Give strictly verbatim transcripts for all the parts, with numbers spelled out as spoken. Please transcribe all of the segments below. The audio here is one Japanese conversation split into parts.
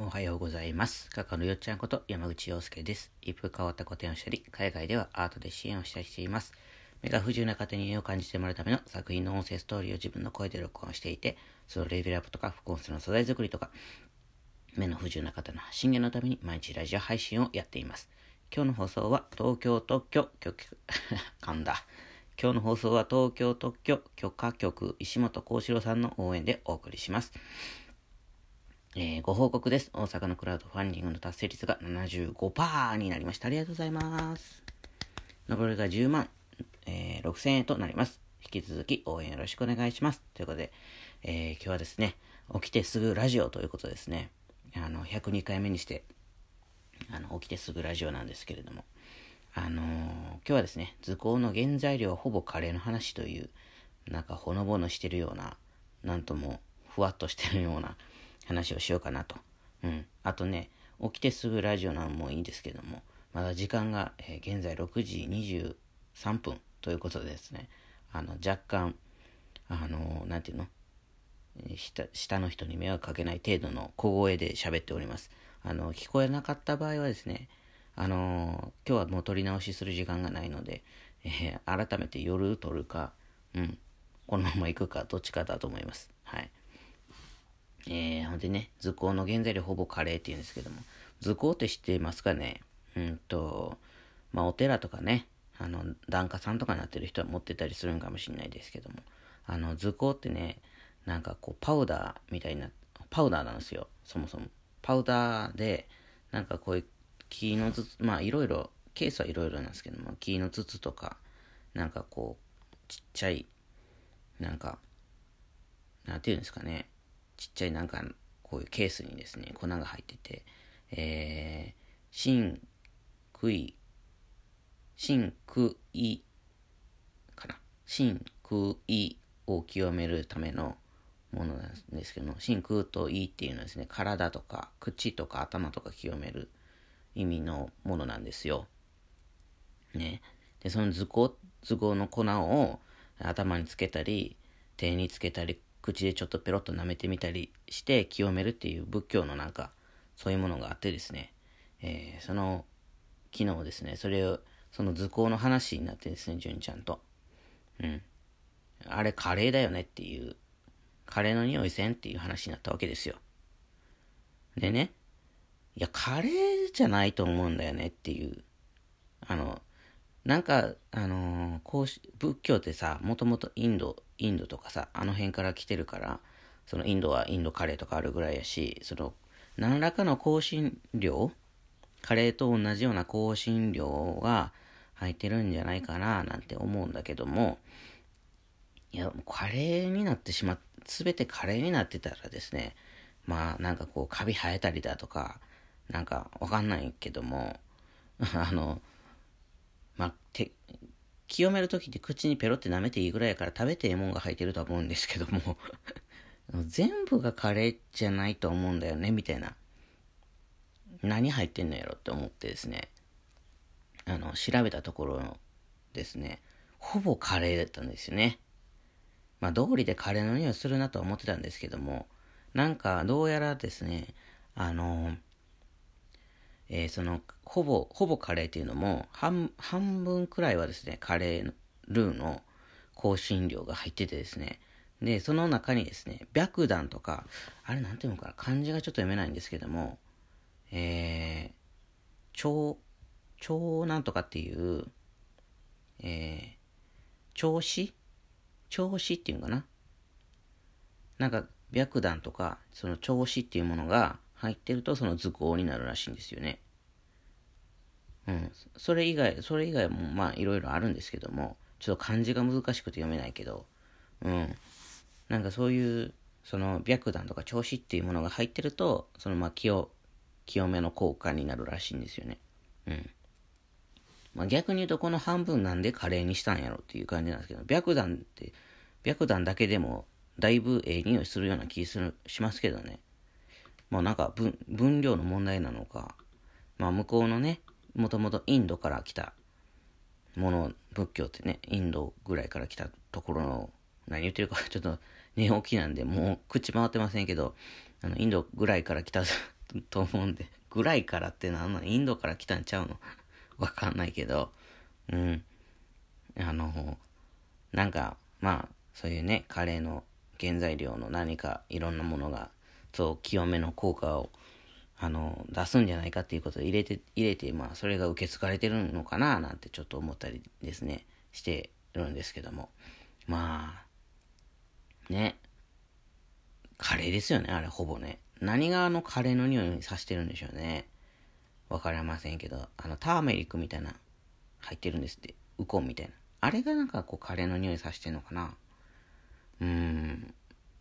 おはようございます。画家のよっちゃんこと山口洋介です。一風変わった個展をしたり、海外ではアートで支援をしたりしています。目が不自由な方に絵を感じてもらうための作品の音声ストーリーを自分の声で録音していて、そのレベルアップとか副音声の素材作りとか、目の不自由な方の発信源のために毎日ラジオ配信をやっています。今日の放送は東京特許許可噛んだ。今日の放送は東京特許許可局石本幸四郎さんの応援でお送りします。えー、ご報告です。大阪のクラウドファンディングの達成率が ななじゅうごパーセント になりました。ありがとうございます。残りがじゅうまん、えー、ろくせんえんとなります。引き続き応援よろしくお願いします。ということで、えー、今日はですね、起きてすぐラジオということですね。あの、ひゃくにかいめにして、あの、起きてすぐラジオなんですけれども、あのー、今日はですね、図工の原材料はほぼカレーの話という、なんかほのぼのしてるような、なんともふわっとしてるような話をしようかなと。うん。あとね、起きてすぐラジオなんもいいんですけども、まだ時間が、えー、現在ろくじにじゅうさんぷんということでですね、あの、若干、あのー、なんていうの下、下の人に迷惑かけない程度の小声で喋っております。あの、聞こえなかった場合はですね、あのー、今日はもう撮り直しする時間がないので、えー、改めて夜撮るか、うん、このまま行くか、どっちかだと思います。はい。えー、ほんでね、図工の原材料ほぼカレーって言うんですけども、図工って知ってますかね？うんと、まあ、お寺とかね、あの、檀家さんとかになってる人は持ってたりするんかもしれないですけども、あの、図工ってね、なんかこう、パウダーみたいな、パウダーなんですよ、そもそも。パウダーで、なんかこういう木の筒、まあ、いろいろ、ケースはいろいろなんですけども、木の筒とか、なんかこう、ちっちゃい、なんか、なんていうんですかね、ちっちゃいなんかこういうケースにですね粉が入ってて、えー、真空真空かな真空を清めるためのものなんですけども、真空と意っていうのはですね、体とか口とか頭とか清める意味のものなんですよ。ね。で、その図工図工の粉を頭につけたり手につけたり口でちょっとペロッと舐めてみたりして清めるっていう仏教のなんかそういうものがあってですね、えー、その昨日ですね、それをその図工の話になってですね、純ちゃんと、うん、あれカレーだよねっていう、カレーの匂いせんっていう話になったわけですよ。でね、いやカレーじゃないと思うんだよねっていう、あのなんかあのー、こうし仏教ってさ、もともとインドインドとかさ、あの辺から来てるから、そのインドはインドカレーとかあるぐらいやし、その何らかの香辛料、カレーと同じような香辛料が入ってるんじゃないかななんて思うんだけども、いやカレーになってしまっ全てカレーになってたらですね、まあなんかこうカビ生えたりだとか、なんかわかんないけどもあのまあ、て清めるときって口にペロって舐めていいぐらいやから食べてええもんが入ってるとは思うんですけども全部がカレーじゃないと思うんだよねみたいな、何入ってんのやろって思ってですね、あの調べたところですね、ほぼカレーだったんですよね。まあ道理でカレーの匂いするなとは思ってたんですけども、なんかどうやらですね、あのえー、そのほぼほぼカレーっていうのも 半, 半分くらいはですね、カレールーの香辛料が入っててですね、でその中にですね、白檀とか、あれなんていうのかな、漢字がちょっと読めないんですけども、えー、超超なんとかっていう、えー、調子調子っていうのかな、なんか白檀とかその調子っていうものが入ってると、その図工になるらしいんですよね。うん、それ以外、それ以外もまあいろいろあるんですけども、ちょっと漢字が難しくて読めないけど、うん、なんかそういう、その白檀とか調子っていうものが入ってると、そのまあ清、清めの効果になるらしいんですよね。うん。まあ逆に言うと、この半分なんでカレーにしたんやろっていう感じなんですけど、白檀って、白檀だけでもだいぶええ匂いするような気するしますけどね。まあなんか分、分量の問題なのか、まあ向こうのね、もともとインドから来たもの、仏教ってね、インドぐらいから来たところの、何言ってるかちょっと寝起きなんで、もう口回ってませんけど、あのインドぐらいから来たと思うんで、ぐらいからってなんなの、インドから来たんちゃうのわかんないけど、うん。あの、なんか、まあ、そういうね、カレーの原材料の何かいろんなものが、そう、清めの効果を、あの、出すんじゃないかっていうことで入れて、入れて、まあ、それが受け継がれてるのかな、なんてちょっと思ったりですね、してるんですけども。まあ、ね、カレーですよね、あれ、ほぼね。何があのカレーの匂いにさしてるんでしょうね。わかりませんけど、あの、ターメリックみたいな、入ってるんですって。ウコンみたいな。あれがなんかこう、カレーの匂いさしてんのかな。うーん。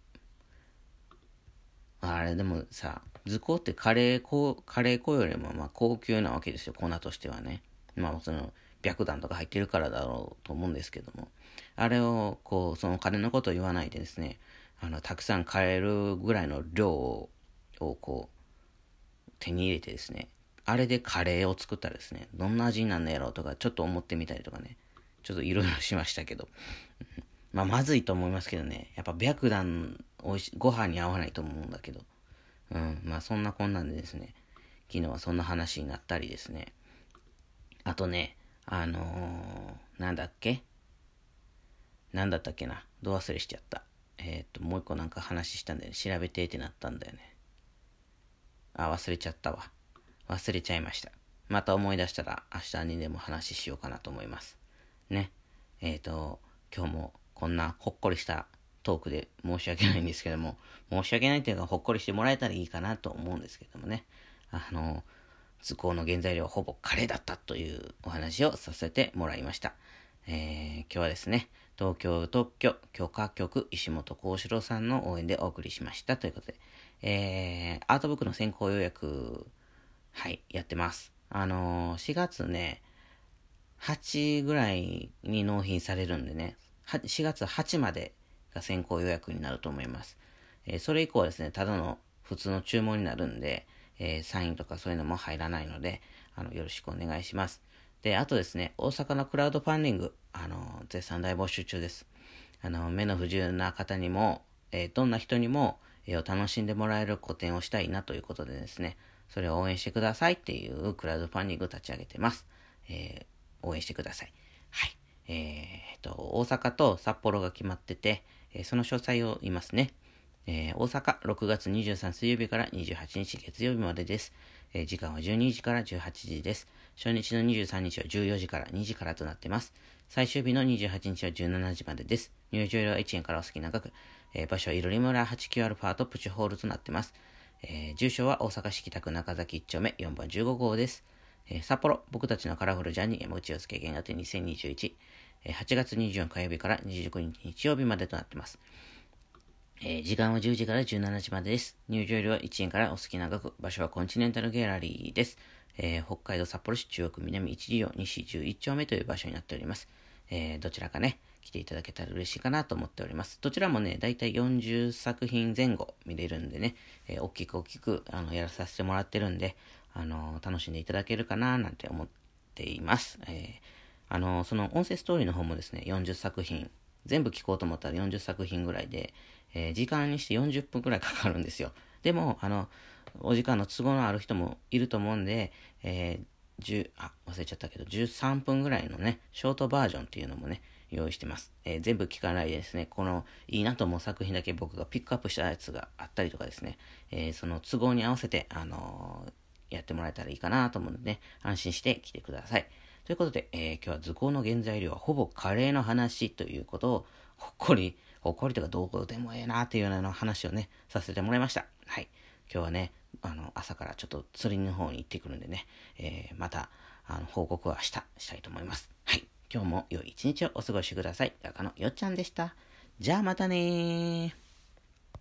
あれでもさ、図工ってカレー粉、カレー粉よりもまあ高級なわけですよ、粉としてはね。まあその、白檀とか入ってるからだろうと思うんですけども。あれを、こう、そのカレーのことを言わないでですね、あの、たくさん買えるぐらいの量を、をこう、手に入れてですね、あれでカレーを作ったらですね、どんな味になんのやろうとか、ちょっと思ってみたりとかね、ちょっといろいろしましたけど。まあ、まずいと思いますけどね。やっぱ白檀、おいし、ご飯に合わないと思うんだけど。うん。まあ、そんなこんなんでですね。昨日はそんな話になったりですね。あとね、あのー、なんだっけなんだったっけな。ど忘れしちゃった。えー、っと、もう一個なんか話したんだよね。調べてってなったんだよね。あ、忘れちゃったわ。忘れちゃいました。また思い出したら明日にでも話しようかなと思います。ね。えっ、ー、と、今日もこんなほっこりしたトークで申し訳ないんですけども、申し訳ないというかほっこりしてもらえたらいいかなと思うんですけどもね。あの、図工の原材料はほぼカレーだったというお話をさせてもらいました。えー、今日はですね、東京特許許可局石本幸四郎さんの応援でお送りしましたということで、えー、アートブックの先行予約、はい、やってます。あのー、しがつね、はちぐらいに納品されるんでね、しがつはちまでが先行予約になると思います。えー、それ以降はですね、ただの普通の注文になるんで、えー、サインとかそういうのも入らないので、あの、よろしくお願いします。で、あとですね、大阪のクラウドファンディング、あの、絶賛大募集中です。あの、目の不自由な方にも、えー、どんな人にも、絵を楽しんでもらえる個展をしたいなということでですね、それを応援してくださいっていうクラウドファンディングを立ち上げてます。えー、応援してください。はい。えー、と、大阪と札幌が決まってて、えー、その詳細を言いますね。えー、大阪ろくがつにじゅうさん水曜日からにじゅうはちにち月曜日までです。えー、時間はじゅうにじからじゅうはちじです。初日のにじゅうさんにちはじゅうよじからにじからとなっています。最終日のにじゅうはちにちはじゅうしちじまでです。入場料はいちえんからお好きな額。えー、場所はいろり村 はちきゅうアルファ とプチホールとなっています。えー、住所は大阪市北区中崎いっちょうめよんばんじゅうごごうです。えー、札幌、僕たちのカラフルジャーニー山口洋介原画展にせんにじゅういち、えー、はちがつにじゅうよっか火曜日からにじゅうくにち日曜日までとなっています。えー、時間はじゅうじからじゅうしちじまでです。入場料はいちえんからお好きな額。場所はコンチネンタルギャラリーです。えー、北海道札幌市中央区南いちじよう西じゅういっちょうめという場所になっております。えー、どちらかね、来ていただけたら嬉しいかなと思っております。どちらもね、だいたいよんじゅっさくひんぜん後見れるんでね、えー、大きく大きくあのやらさせてもらってるんで、あのー、楽しんでいただけるかななんて思っています。えー、あのー、その音声ストーリーの方もですね、よんじゅっさくひん、全部聞こうと思ったらよんじゅっさくひんぐらいで、えー、時間にしてよんじゅっぷんくらいかかるんですよ。でも、あの、お時間の都合のある人もいると思うんで、えー、じゅう、あ、忘れちゃったけど、じゅうさんぷんぐらいのね、ショートバージョンっていうのもね、用意してます。えー、全部聞かないでですね、この、いいなと思う作品だけ僕がピックアップしたやつがあったりとかですね、えー、その都合に合わせて、あのー、やってもらえたらいいかなと思うのでね、安心して来てください。ということで、えー、今日は図工の原材料はほぼカレーの話ということを、ほっこり、ほっこりとかどうでもええなっていうような話をね、させてもらいました。はい。今日はね、あの、朝からちょっと釣りの方に行ってくるんでね、えー、また、あの、報告は明日したいと思います。はい。今日も良い一日をお過ごしください。画家のよっちゃんでした。じゃあまたねー。